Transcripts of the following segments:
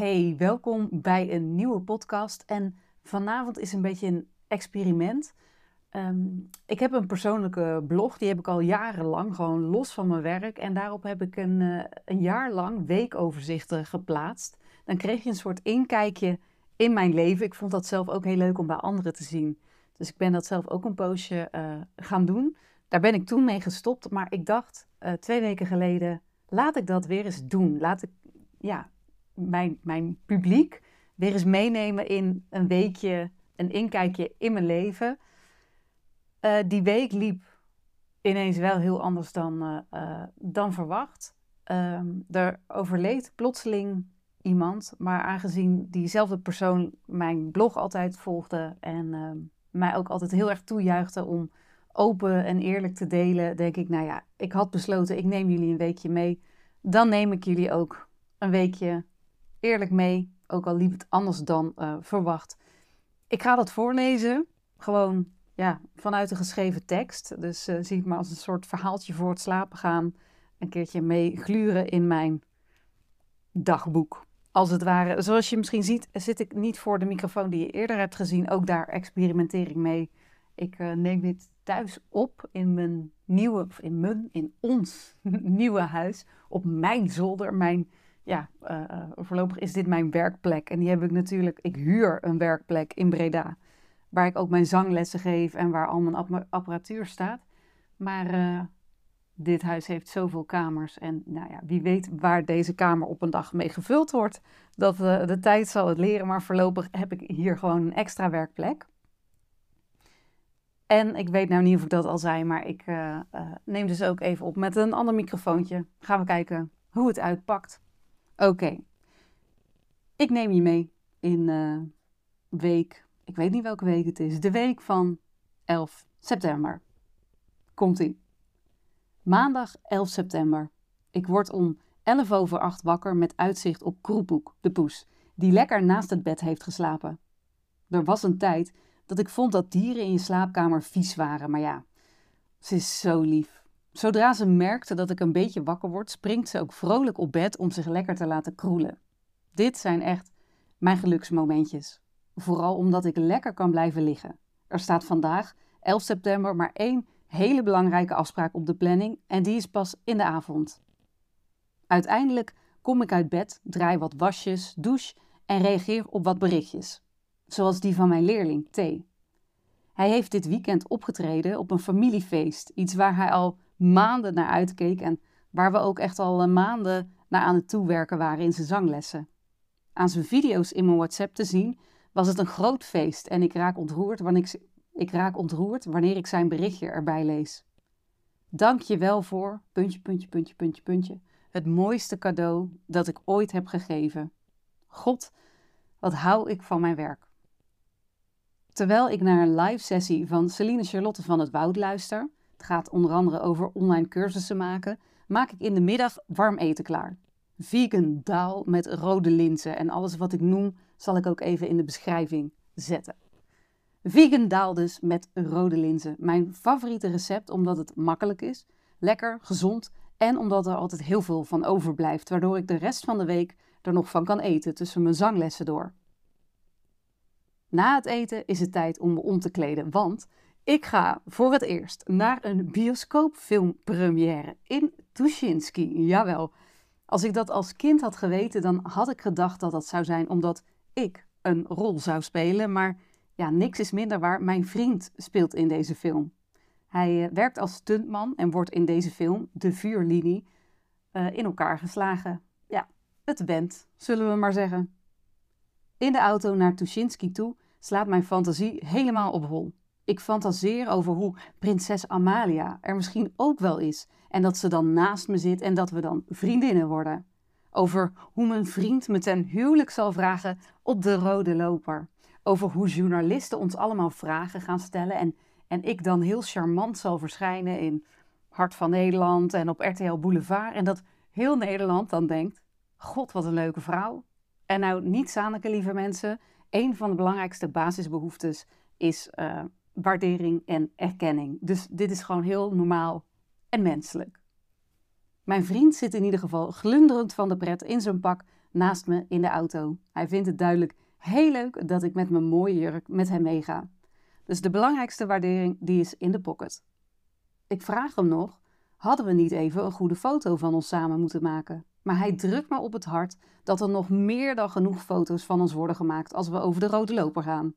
Hey, welkom bij een nieuwe podcast. En vanavond is een beetje een experiment. Ik heb een persoonlijke blog, die heb ik al jarenlang, gewoon los van mijn werk. En daarop heb ik een jaar lang weekoverzichten geplaatst. Dan kreeg je een soort inkijkje in mijn leven. Ik vond dat zelf ook heel leuk om bij anderen te zien. Dus ik ben dat zelf ook een poosje gaan doen. Daar ben ik toen mee gestopt. Maar ik dacht 2 weken geleden, laat ik dat weer eens doen. Laat ik, ja, mijn publiek weer eens meenemen in een weekje, een inkijkje in mijn leven. Die week liep ineens wel heel anders dan verwacht. Er overleed plotseling iemand, maar aangezien diezelfde persoon mijn blog altijd volgde en mij ook altijd heel erg toejuichte om open en eerlijk te delen, denk ik, nou ja, ik had besloten, ik neem jullie een weekje mee. Dan neem ik jullie ook een weekje eerlijk mee, ook al liep het anders dan verwacht. Ik ga dat voorlezen, gewoon vanuit de geschreven tekst. Dus zie het maar als een soort verhaaltje voor het slapen gaan. Een keertje mee gluren in mijn dagboek. Als het ware, zoals je misschien ziet, zit ik niet voor de microfoon die je eerder hebt gezien. Ook daar experimenteer ik mee. Ik neem dit thuis op in in ons nieuwe huis. Op mijn zolder, voorlopig is dit mijn werkplek. En die heb ik natuurlijk, ik huur een werkplek in Breda. Waar ik ook mijn zanglessen geef en waar al mijn apparatuur staat. Maar dit huis heeft zoveel kamers. En nou ja, wie weet waar deze kamer op een dag mee gevuld wordt. De tijd zal het leren, maar voorlopig heb ik hier gewoon een extra werkplek. En ik weet nou niet of ik dat al zei, maar ik neem dus ook even op met een ander microfoontje. Gaan we kijken hoe het uitpakt. Oké. Ik neem je mee in week, ik weet niet welke week het is, de week van 11 september. Komt-ie. Maandag 11 september. Ik word om 7:11 wakker met uitzicht op Kroepoek, de poes, die lekker naast het bed heeft geslapen. Er was een tijd dat ik vond dat dieren in je slaapkamer vies waren, maar ja, ze is zo lief. Zodra ze merkte dat ik een beetje wakker word, springt ze ook vrolijk op bed om zich lekker te laten kroelen. Dit zijn echt mijn geluksmomentjes. Vooral omdat ik lekker kan blijven liggen. Er staat vandaag, 11 september, maar 1 hele belangrijke afspraak op de planning en die is pas in de avond. Uiteindelijk kom ik uit bed, draai wat wasjes, douche en reageer op wat berichtjes. Zoals die van mijn leerling, T. Hij heeft dit weekend opgetreden op een familiefeest. Iets waar hij al maanden naar uitkeek en waar we ook echt al maanden naar aan het toewerken waren in zijn zanglessen. Aan zijn video's in mijn WhatsApp te zien was het een groot feest en ik raak ontroerd wanneer ik zijn berichtje erbij lees. Dank je wel voor, ... het mooiste cadeau dat ik ooit heb gegeven. God, wat hou ik van mijn werk. Terwijl ik naar een live sessie van Celine Charlotte van het Woud luister, het gaat onder andere over online cursussen maken, maak ik in de middag warm eten klaar. Vegan daal met rode linzen en alles wat ik noem zal ik ook even in de beschrijving zetten. Vegan daal dus met rode linzen. Mijn favoriete recept omdat het makkelijk is, lekker, gezond en omdat er altijd heel veel van overblijft, waardoor ik de rest van de week er nog van kan eten tussen mijn zanglessen door. Na het eten is het tijd om me om te kleden, want ik ga voor het eerst naar een bioscoopfilmpremière in Tuschinski. Jawel, als ik dat als kind had geweten, dan had ik gedacht dat dat zou zijn omdat ik een rol zou spelen. Maar ja, niks is minder waar. Mijn vriend speelt in deze film. Hij werkt als stuntman en wordt in deze film, de vuurlinie, in elkaar geslagen. Ja, het went, zullen we maar zeggen. In de auto naar Tuschinski toe slaat mijn fantasie helemaal op hol. Ik fantaseer over hoe prinses Amalia er misschien ook wel is en dat ze dan naast me zit en dat we dan vriendinnen worden. Over hoe mijn vriend me ten huwelijk zal vragen op de rode loper. Over hoe journalisten ons allemaal vragen gaan stellen en ik dan heel charmant zal verschijnen in Hart van Nederland en op RTL Boulevard. En dat heel Nederland dan denkt, god wat een leuke vrouw. En nou, niet Saneke, lieve mensen. Een van de belangrijkste basisbehoeftes is waardering en erkenning. Dus dit is gewoon heel normaal en menselijk. Mijn vriend zit in ieder geval glunderend van de pret in zijn pak naast me in de auto. Hij vindt het duidelijk heel leuk dat ik met mijn mooie jurk met hem meega. Dus de belangrijkste waardering die is in de pocket. Ik vraag hem nog, hadden we niet even een goede foto van ons samen moeten maken? Maar hij drukt me op het hart dat er nog meer dan genoeg foto's van ons worden gemaakt als we over de rode loper gaan.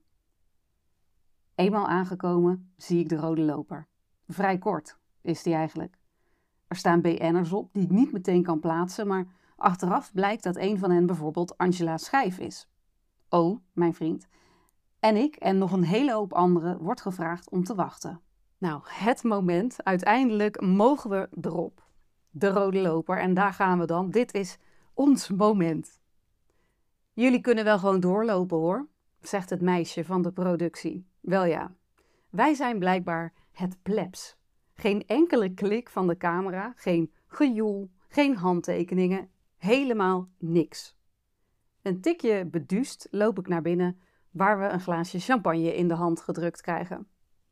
Eenmaal aangekomen zie ik de rode loper. Vrij kort is die eigenlijk. Er staan BN'ers op die ik niet meteen kan plaatsen, maar achteraf blijkt dat een van hen bijvoorbeeld Angela Schijf is. Oh, mijn vriend. En ik en nog een hele hoop anderen wordt gevraagd om te wachten. Nou, het moment. Uiteindelijk mogen we erop. De rode loper. En daar gaan we dan. Dit is ons moment. Jullie kunnen wel gewoon doorlopen hoor, zegt het meisje van de productie. Wel ja, wij zijn blijkbaar het plebs. Geen enkele klik van de camera, geen gejoel, geen handtekeningen, helemaal niks. Een tikje beduust loop ik naar binnen, waar we een glaasje champagne in de hand gedrukt krijgen.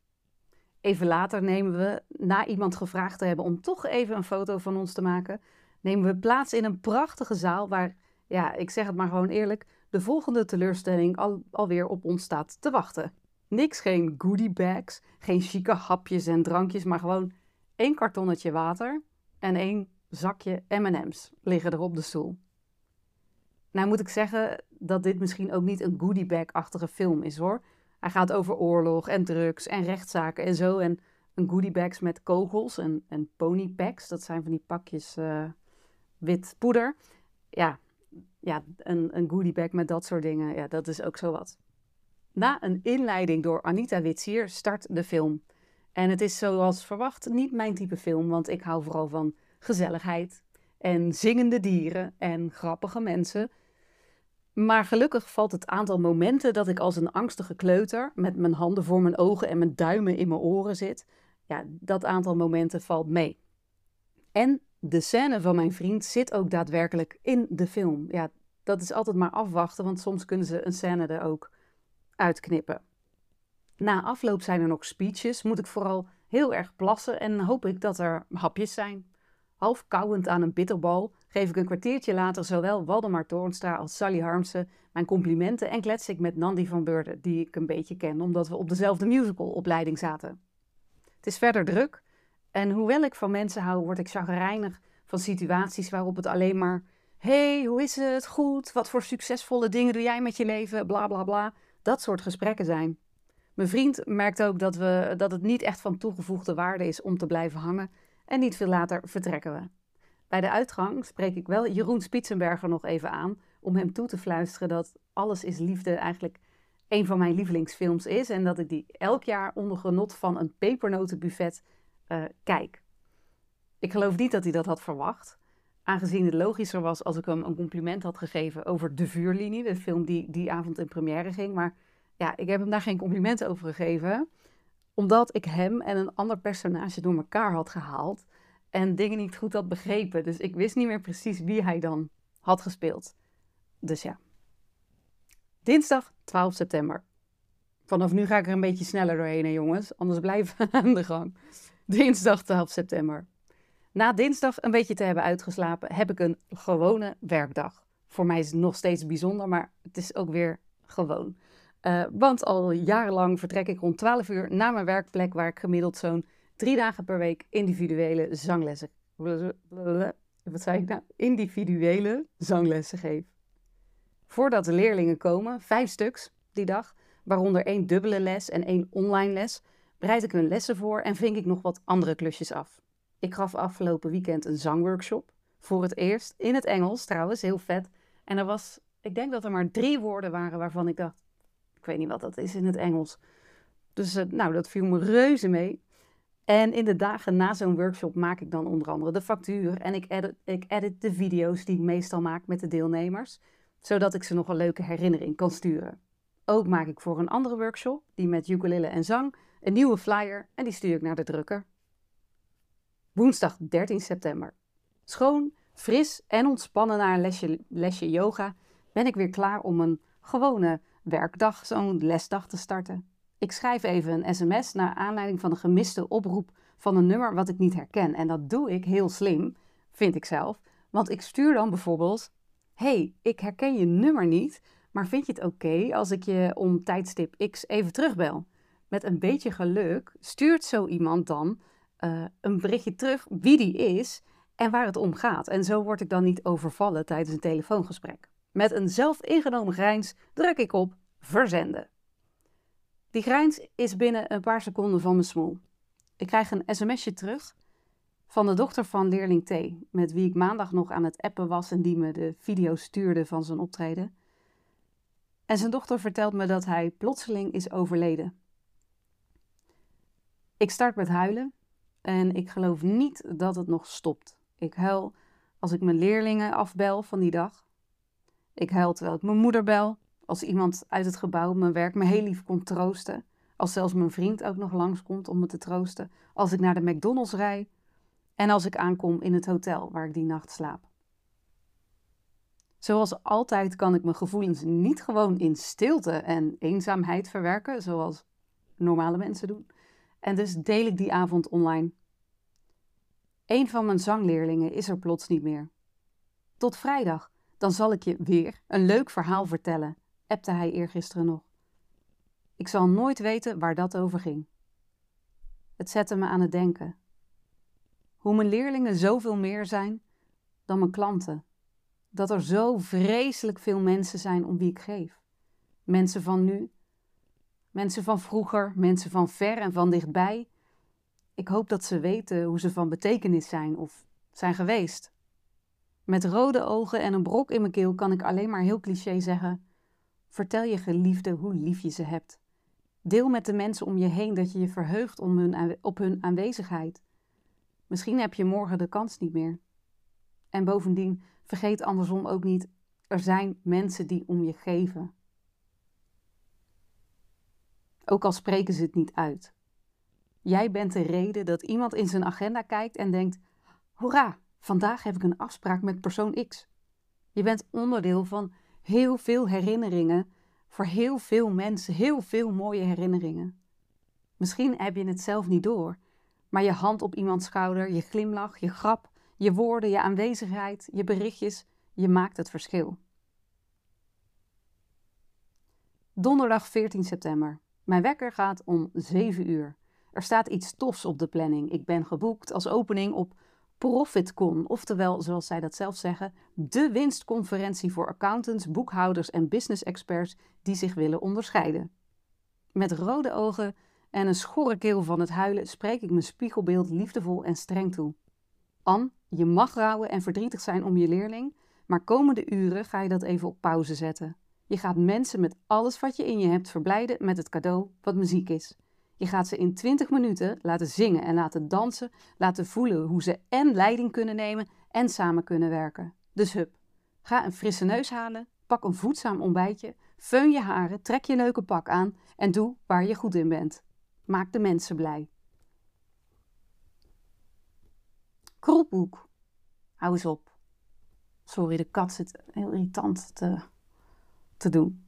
Even later nemen we, na iemand gevraagd te hebben om toch even een foto van ons te maken, nemen we plaats in een prachtige zaal waar, ja, ik zeg het maar gewoon eerlijk, de volgende teleurstelling alweer op ons staat te wachten. Niks, geen goodiebags, geen chique hapjes en drankjes, maar gewoon 1 kartonnetje water en 1 zakje M&M's liggen er op de stoel. Nou moet ik zeggen dat dit misschien ook niet een goodiebag-achtige film is hoor. Hij gaat over oorlog en drugs en rechtszaken en zo. En een goodiebags met kogels en ponypacks, dat zijn van die pakjes wit poeder. Ja, een goodiebag met dat soort dingen, ja, dat is ook zo wat. Na een inleiding door Anita Witsier start de film. En het is zoals verwacht niet mijn type film, want ik hou vooral van gezelligheid en zingende dieren en grappige mensen. Maar gelukkig valt het aantal momenten dat ik als een angstige kleuter met mijn handen voor mijn ogen en mijn duimen in mijn oren zit, ja, dat aantal momenten valt mee. En de scène van mijn vriend zit ook daadwerkelijk in de film. Ja, dat is altijd maar afwachten, want soms kunnen ze een scène er ook uitknippen. Na afloop zijn er nog speeches, moet ik vooral heel erg plassen en hoop ik dat er hapjes zijn. Half kauwend aan een bitterbal geef ik een kwartiertje later zowel Waldemar Toornstra als Sally Harmsen mijn complimenten en klets ik met Nandy van Beurden, die ik een beetje ken omdat we op dezelfde musicalopleiding zaten. Het is verder druk en hoewel ik van mensen hou, word ik chagrijnig van situaties waarop het alleen maar hey, hoe is het? Goed? Wat voor succesvolle dingen doe jij met je leven? Bla bla bla. Dat soort gesprekken zijn. Mijn vriend merkt ook dat het niet echt van toegevoegde waarde is om te blijven hangen en niet veel later vertrekken we. Bij de uitgang spreek ik wel Jeroen Spitsenberger nog even aan om hem toe te fluisteren dat Alles is Liefde eigenlijk een van mijn lievelingsfilms is en dat ik die elk jaar onder genot van een pepernotenbuffet kijk. Ik geloof niet dat hij dat had verwacht, aangezien het logischer was als ik hem een compliment had gegeven over De Vuurlinie, de film die avond in première ging, maar ja, ik heb hem daar geen complimenten over gegeven, omdat ik hem en een ander personage door elkaar had gehaald en dingen niet goed had begrepen. Dus ik wist niet meer precies wie hij dan had gespeeld. Dus ja. Dinsdag 12 september. Vanaf nu ga ik er een beetje sneller doorheen, hè, jongens. Anders blijven we aan de gang. Dinsdag 12 september. Na dinsdag een beetje te hebben uitgeslapen, heb ik een gewone werkdag. Voor mij is het nog steeds bijzonder, maar het is ook weer gewoon. Want al jarenlang vertrek ik rond 12 uur naar mijn werkplek, waar ik gemiddeld zo'n 3 dagen per week individuele zanglessen. Wat zei ik nou? Individuele zanglessen geef. Voordat de leerlingen komen, 5 stuks die dag, waaronder 1 dubbele les en 1 online les, bereid ik hun lessen voor en vink ik nog wat andere klusjes af. Ik gaf afgelopen weekend een zangworkshop. Voor het eerst in het Engels, trouwens, heel vet. En ik denk dat er maar 3 woorden waren waarvan ik dacht, ik weet niet wat dat is in het Engels. Dus dat viel me reuze mee. En in de dagen na zo'n workshop maak ik dan onder andere de factuur. En ik edit de video's die ik meestal maak met de deelnemers, zodat ik ze nog een leuke herinnering kan sturen. Ook maak ik voor een andere workshop, die met ukulele en zang, een nieuwe flyer en die stuur ik naar de drukker. Woensdag 13 september. Schoon, fris en ontspannen na een lesje yoga ben ik weer klaar om een gewone werkdag, zo'n lesdag te starten. Ik schrijf even een sms naar aanleiding van een gemiste oproep van een nummer wat ik niet herken. En dat doe ik heel slim, vind ik zelf. Want ik stuur dan bijvoorbeeld, hey, ik herken je nummer niet, maar vind je het oké als ik je om tijdstip X even terugbel? Met een beetje geluk stuurt zo iemand dan een berichtje terug wie die is en waar het om gaat. En zo word ik dan niet overvallen tijdens een telefoongesprek. Met een zelfingenomen grijns druk ik op verzenden. Die grijns is binnen een paar seconden van mijn smoel. Ik krijg een sms'je terug van de dochter van leerling T, met wie ik maandag nog aan het appen was en die me de video stuurde van zijn optreden. En zijn dochter vertelt me dat hij plotseling is overleden. Ik start met huilen en ik geloof niet dat het nog stopt. Ik huil als ik mijn leerlingen afbel van die dag. Ik huil terwijl ik mijn moeder bel, als iemand uit het gebouw op mijn werk me heel lief komt troosten. Als zelfs mijn vriend ook nog langskomt om me te troosten. Als ik naar de McDonald's rijd en als ik aankom in het hotel waar ik die nacht slaap. Zoals altijd kan ik mijn gevoelens niet gewoon in stilte en eenzaamheid verwerken, zoals normale mensen doen. En dus deel ik die avond online. Een van mijn zangleerlingen is er plots niet meer. Tot vrijdag, dan zal ik je weer een leuk verhaal vertellen, appte hij eergisteren nog. Ik zal nooit weten waar dat over ging. Het zette me aan het denken. Hoe mijn leerlingen zoveel meer zijn dan mijn klanten. Dat er zo vreselijk veel mensen zijn om wie ik geef. Mensen van nu, mensen van vroeger, mensen van ver en van dichtbij. Ik hoop dat ze weten hoe ze van betekenis zijn of zijn geweest. Met rode ogen en een brok in mijn keel kan ik alleen maar heel cliché zeggen: vertel je geliefde hoe lief je ze hebt. Deel met de mensen om je heen dat je je verheugt op hun aanwezigheid. Misschien heb je morgen de kans niet meer. En bovendien, vergeet andersom ook niet, er zijn mensen die om je geven. Ook al spreken ze het niet uit. Jij bent de reden dat iemand in zijn agenda kijkt en denkt: hoera, vandaag heb ik een afspraak met persoon X. Je bent onderdeel van heel veel herinneringen, voor heel veel mensen, heel veel mooie herinneringen. Misschien heb je het zelf niet door, maar je hand op iemands schouder, je glimlach, je grap, je woorden, je aanwezigheid, je berichtjes, je maakt het verschil. Donderdag 14 september. Mijn wekker gaat om 7 uur. Er staat iets tofs op de planning. Ik ben geboekt als opening op ProfitCon, oftewel, zoals zij dat zelf zeggen, de winstconferentie voor accountants, boekhouders en business experts die zich willen onderscheiden. Met rode ogen en een schorre keel van het huilen spreek ik mijn spiegelbeeld liefdevol en streng toe. Ann, je mag rouwen en verdrietig zijn om je leerling, maar komende uren ga je dat even op pauze zetten. Je gaat mensen met alles wat je in je hebt verblijden met het cadeau wat muziek is. Je gaat ze in 20 minuten laten zingen en laten dansen, laten voelen hoe ze en leiding kunnen nemen en samen kunnen werken. Dus hup, ga een frisse neus halen, pak een voedzaam ontbijtje, föhn je haren, trek je leuke pak aan en doe waar je goed in bent. Maak de mensen blij. Kroephoek. Hou eens op. Sorry, de kat zit heel irritant te doen.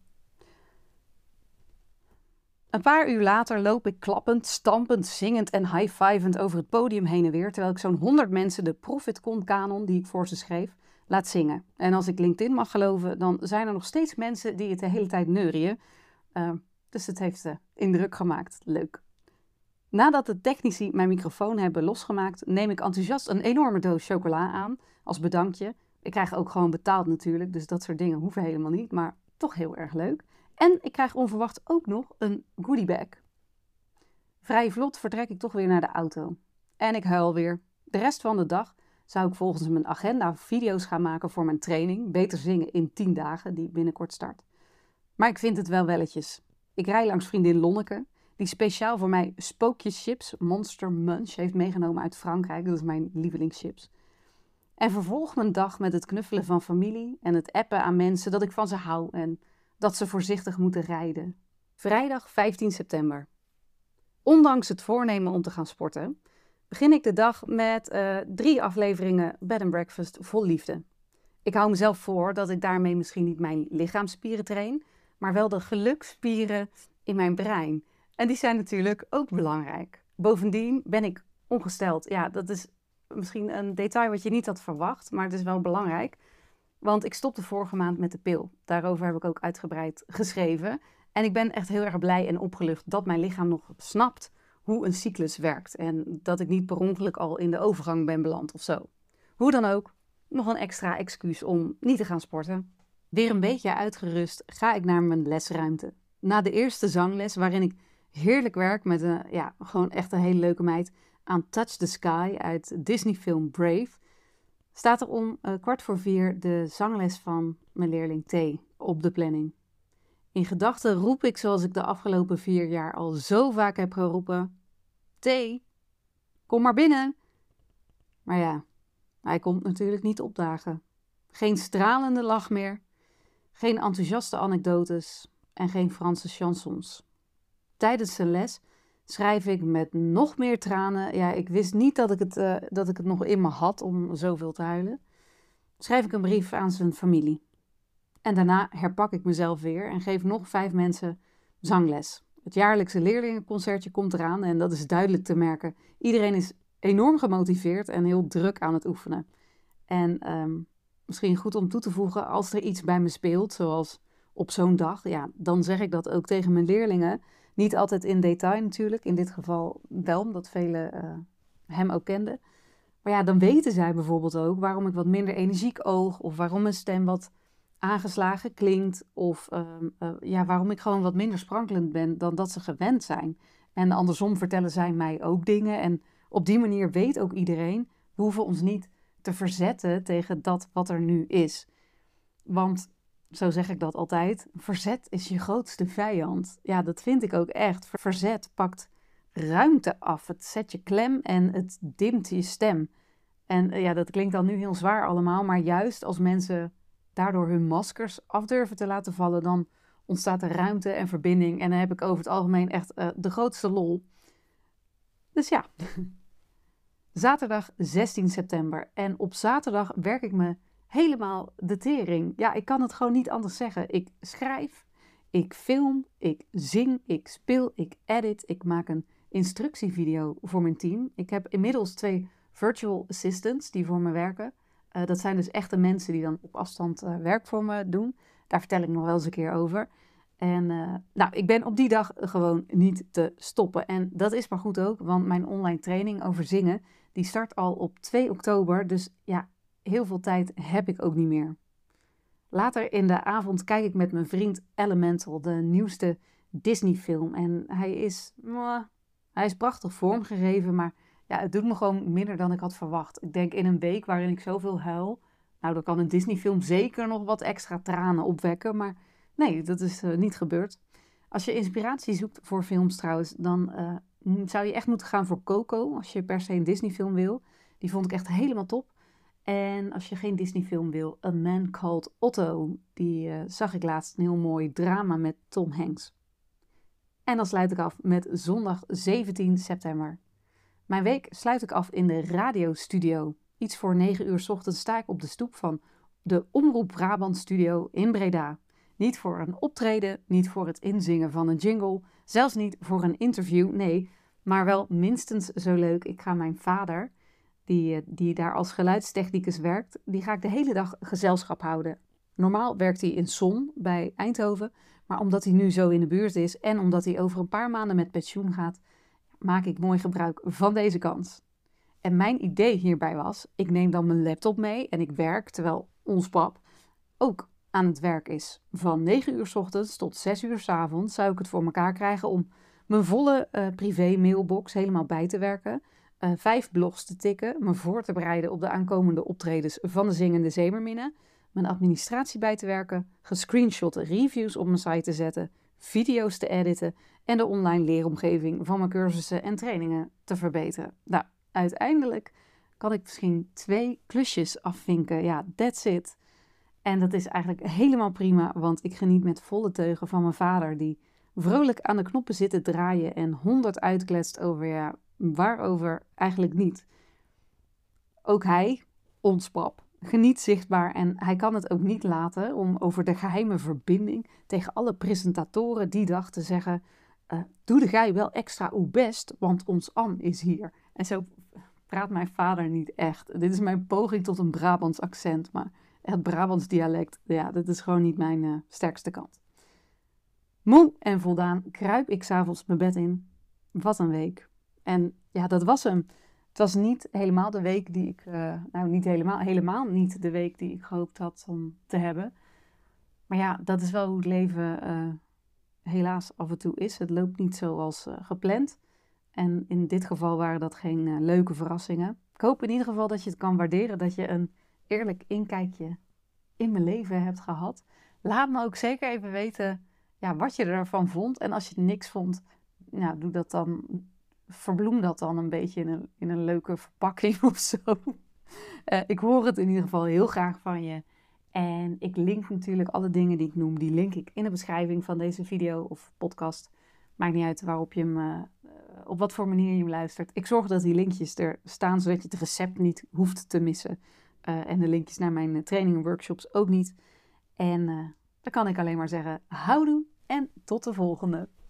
Een paar uur later loop ik klappend, stampend, zingend en high-fivend over het podium heen en weer, terwijl ik zo'n 100 mensen de ProfitCon-kanon, die ik voor ze schreef, laat zingen. En als ik LinkedIn mag geloven, dan zijn er nog steeds mensen die het de hele tijd neurieën. Dus het heeft indruk gemaakt. Leuk. Nadat de technici mijn microfoon hebben losgemaakt, neem ik enthousiast een enorme doos chocola aan, als bedankje. Ik krijg ook gewoon betaald natuurlijk, dus dat soort dingen hoeven helemaal niet, maar toch heel erg leuk. En ik krijg onverwacht ook nog een goodiebag. Vrij vlot vertrek ik toch weer naar de auto. En ik huil weer. De rest van de dag zou ik volgens mijn agenda video's gaan maken voor mijn training, Beter Zingen in 10 dagen, die binnenkort start. Maar ik vind het wel welletjes. Ik rij langs vriendin Lonneke, die speciaal voor mij spookjeschips, Monster Munch, heeft meegenomen uit Frankrijk. Dat is mijn lievelingschips. En vervolg mijn dag met het knuffelen van familie en het appen aan mensen dat ik van ze hou en dat ze voorzichtig moeten rijden. Vrijdag 15 september. Ondanks het voornemen om te gaan sporten, begin ik de dag met 3 afleveringen Bed and Breakfast vol liefde. Ik hou mezelf voor dat ik daarmee misschien niet mijn lichaamsspieren train, maar wel de geluksspieren in mijn brein. En die zijn natuurlijk ook belangrijk. Bovendien ben ik ongesteld. Ja, dat is misschien een detail wat je niet had verwacht, maar het is wel belangrijk. Want ik stopte vorige maand met de pil. Daarover heb ik ook uitgebreid geschreven. En ik ben echt heel erg blij en opgelucht dat mijn lichaam nog snapt hoe een cyclus werkt. En dat ik niet per ongeluk al in de overgang ben beland of zo. Hoe dan ook, nog een extra excuus om niet te gaan sporten. Weer een beetje uitgerust ga ik naar mijn lesruimte. Na de eerste zangles, waarin ik heerlijk werk met gewoon echt een hele leuke meid aan Touch the Sky uit Disney-film Brave, staat er om 3:15 de zangles van mijn leerling T op de planning. In gedachten roep ik, zoals ik de afgelopen 4 jaar al zo vaak heb geroepen: T, kom maar binnen. Maar ja, hij komt natuurlijk niet opdagen. Geen stralende lach meer, geen enthousiaste anekdotes en geen Franse chansons. Tijdens de les schrijf ik met nog meer tranen. Ja, ik wist niet dat ik het nog in me had om zoveel te huilen. Schrijf ik een brief aan zijn familie. En daarna herpak ik mezelf weer en geef nog 5 mensen zangles. Het jaarlijkse leerlingenconcertje komt eraan en dat is duidelijk te merken. Iedereen is enorm gemotiveerd en heel druk aan het oefenen. En misschien goed om toe te voegen, als er iets bij me speelt, zoals op zo'n dag, ja, dan zeg ik dat ook tegen mijn leerlingen. Niet altijd in detail natuurlijk, in dit geval wel, omdat velen hem ook kenden. Maar ja, dan weten zij bijvoorbeeld ook waarom ik wat minder energiek oog, of waarom mijn stem wat aangeslagen klinkt, of waarom ik gewoon wat minder sprankelend ben dan dat ze gewend zijn. En andersom vertellen zij mij ook dingen. En op die manier weet ook iedereen, we hoeven ons niet te verzetten tegen dat wat er nu is. Want, zo zeg ik dat altijd, verzet is je grootste vijand. Ja, dat vind ik ook echt. Verzet pakt ruimte af. Het zet je klem en het dimt je stem. En ja, dat klinkt dan nu heel zwaar allemaal, maar juist als mensen daardoor hun maskers af durven te laten vallen, dan ontstaat er ruimte en verbinding. En dan heb ik over het algemeen echt de grootste lol. Dus ja, zaterdag 16 september. En op zaterdag werk ik me helemaal de tering. Ja, ik kan het gewoon niet anders zeggen. Ik schrijf, ik film, ik zing, ik speel, ik edit. Ik maak een instructievideo voor mijn team. Ik heb inmiddels 2 virtual assistants die voor me werken. Dat zijn dus echte mensen die dan op afstand werk voor me doen. Daar vertel ik nog wel eens een keer over. En ik ben op die dag gewoon niet te stoppen. En dat is maar goed ook, want mijn online training over zingen, die start al op 2 oktober. Dus ja, heel veel tijd heb ik ook niet meer. Later in de avond kijk ik met mijn vriend Elemental, de nieuwste Disney-film. En hij is prachtig vormgegeven, maar ja, het doet me gewoon minder dan ik had verwacht. Ik denk in een week waarin ik zoveel huil, nou, dan kan een Disney-film zeker nog wat extra tranen opwekken. Maar nee, dat is niet gebeurd. Als je inspiratie zoekt voor films trouwens, dan zou je echt moeten gaan voor Coco, als je per se een Disney-film wil. Die vond ik echt helemaal top. En als je geen Disney-film wil, A Man Called Otto. Die zag ik laatst, een heel mooi drama met Tom Hanks. En dan sluit ik af met zondag 17 september. Mijn week sluit ik af in de radiostudio. Iets voor 9 uur 's ochtends sta ik op de stoep van de Omroep Brabant Studio in Breda. Niet voor een optreden, niet voor het inzingen van een jingle, zelfs niet voor een interview, nee, maar wel minstens zo leuk. Ik ga mijn vader, die daar als geluidstechnicus werkt, die ga ik de hele dag gezelschap houden. Normaal werkt hij in Son bij Eindhoven, maar omdat hij nu zo in de buurt is en omdat hij over een paar maanden met pensioen gaat, maak ik mooi gebruik van deze kans. En mijn idee hierbij was, ik neem dan mijn laptop mee en ik werk terwijl ons pap ook aan het werk is. Van 9 uur 's ochtends tot 6 uur 's avonds zou ik het voor elkaar krijgen om mijn volle privé mailbox helemaal bij te werken. 5 blogs te tikken, me voor te bereiden op de aankomende optredens van de Zingende Zeemerminnen, mijn administratie bij te werken, gescreenshotte reviews op mijn site te zetten, video's te editen en de online leeromgeving van mijn cursussen en trainingen te verbeteren. Nou, uiteindelijk kan ik misschien 2 klusjes afvinken. Ja, that's it. En dat is eigenlijk helemaal prima, want ik geniet met volle teugen van mijn vader, die vrolijk aan de knoppen zit te draaien en 100 uitkletst over, ja, waarover eigenlijk niet. Ook hij, ons pap, geniet zichtbaar en hij kan het ook niet laten om over de geheime verbinding tegen alle presentatoren die dag te zeggen, doe de gij wel extra uw best, want ons An is hier. En zo praat mijn vader niet echt. Dit is mijn poging tot een Brabants accent, maar Het Brabants dialect, ja, dat is gewoon niet mijn sterkste kant. Moe en voldaan kruip ik 's avonds mijn bed in. Wat een week. En ja, dat was hem. Het was niet helemaal de week die ik, niet helemaal niet de week die ik gehoopt had om te hebben. Maar ja, dat is wel hoe het leven helaas af en toe is. Het loopt niet zoals gepland. En in dit geval waren dat geen leuke verrassingen. Ik hoop in ieder geval dat je het kan waarderen, dat je een eerlijk inkijkje in mijn leven hebt gehad. Laat me ook zeker even weten wat je ervan vond. En als je niks vond, doe dat dan, verbloem dat dan een beetje in een leuke verpakking of zo. Ik hoor het in ieder geval heel graag van je. En ik link natuurlijk alle dingen die ik noem, die link ik in de beschrijving van deze video of podcast. Maakt niet uit waarop je hem, op wat voor manier je hem luistert. Ik zorg dat die linkjes er staan, zodat je het recept niet hoeft te missen. En de linkjes naar mijn trainingen en workshops ook niet. En dan kan ik alleen maar zeggen, houdoe en tot de volgende.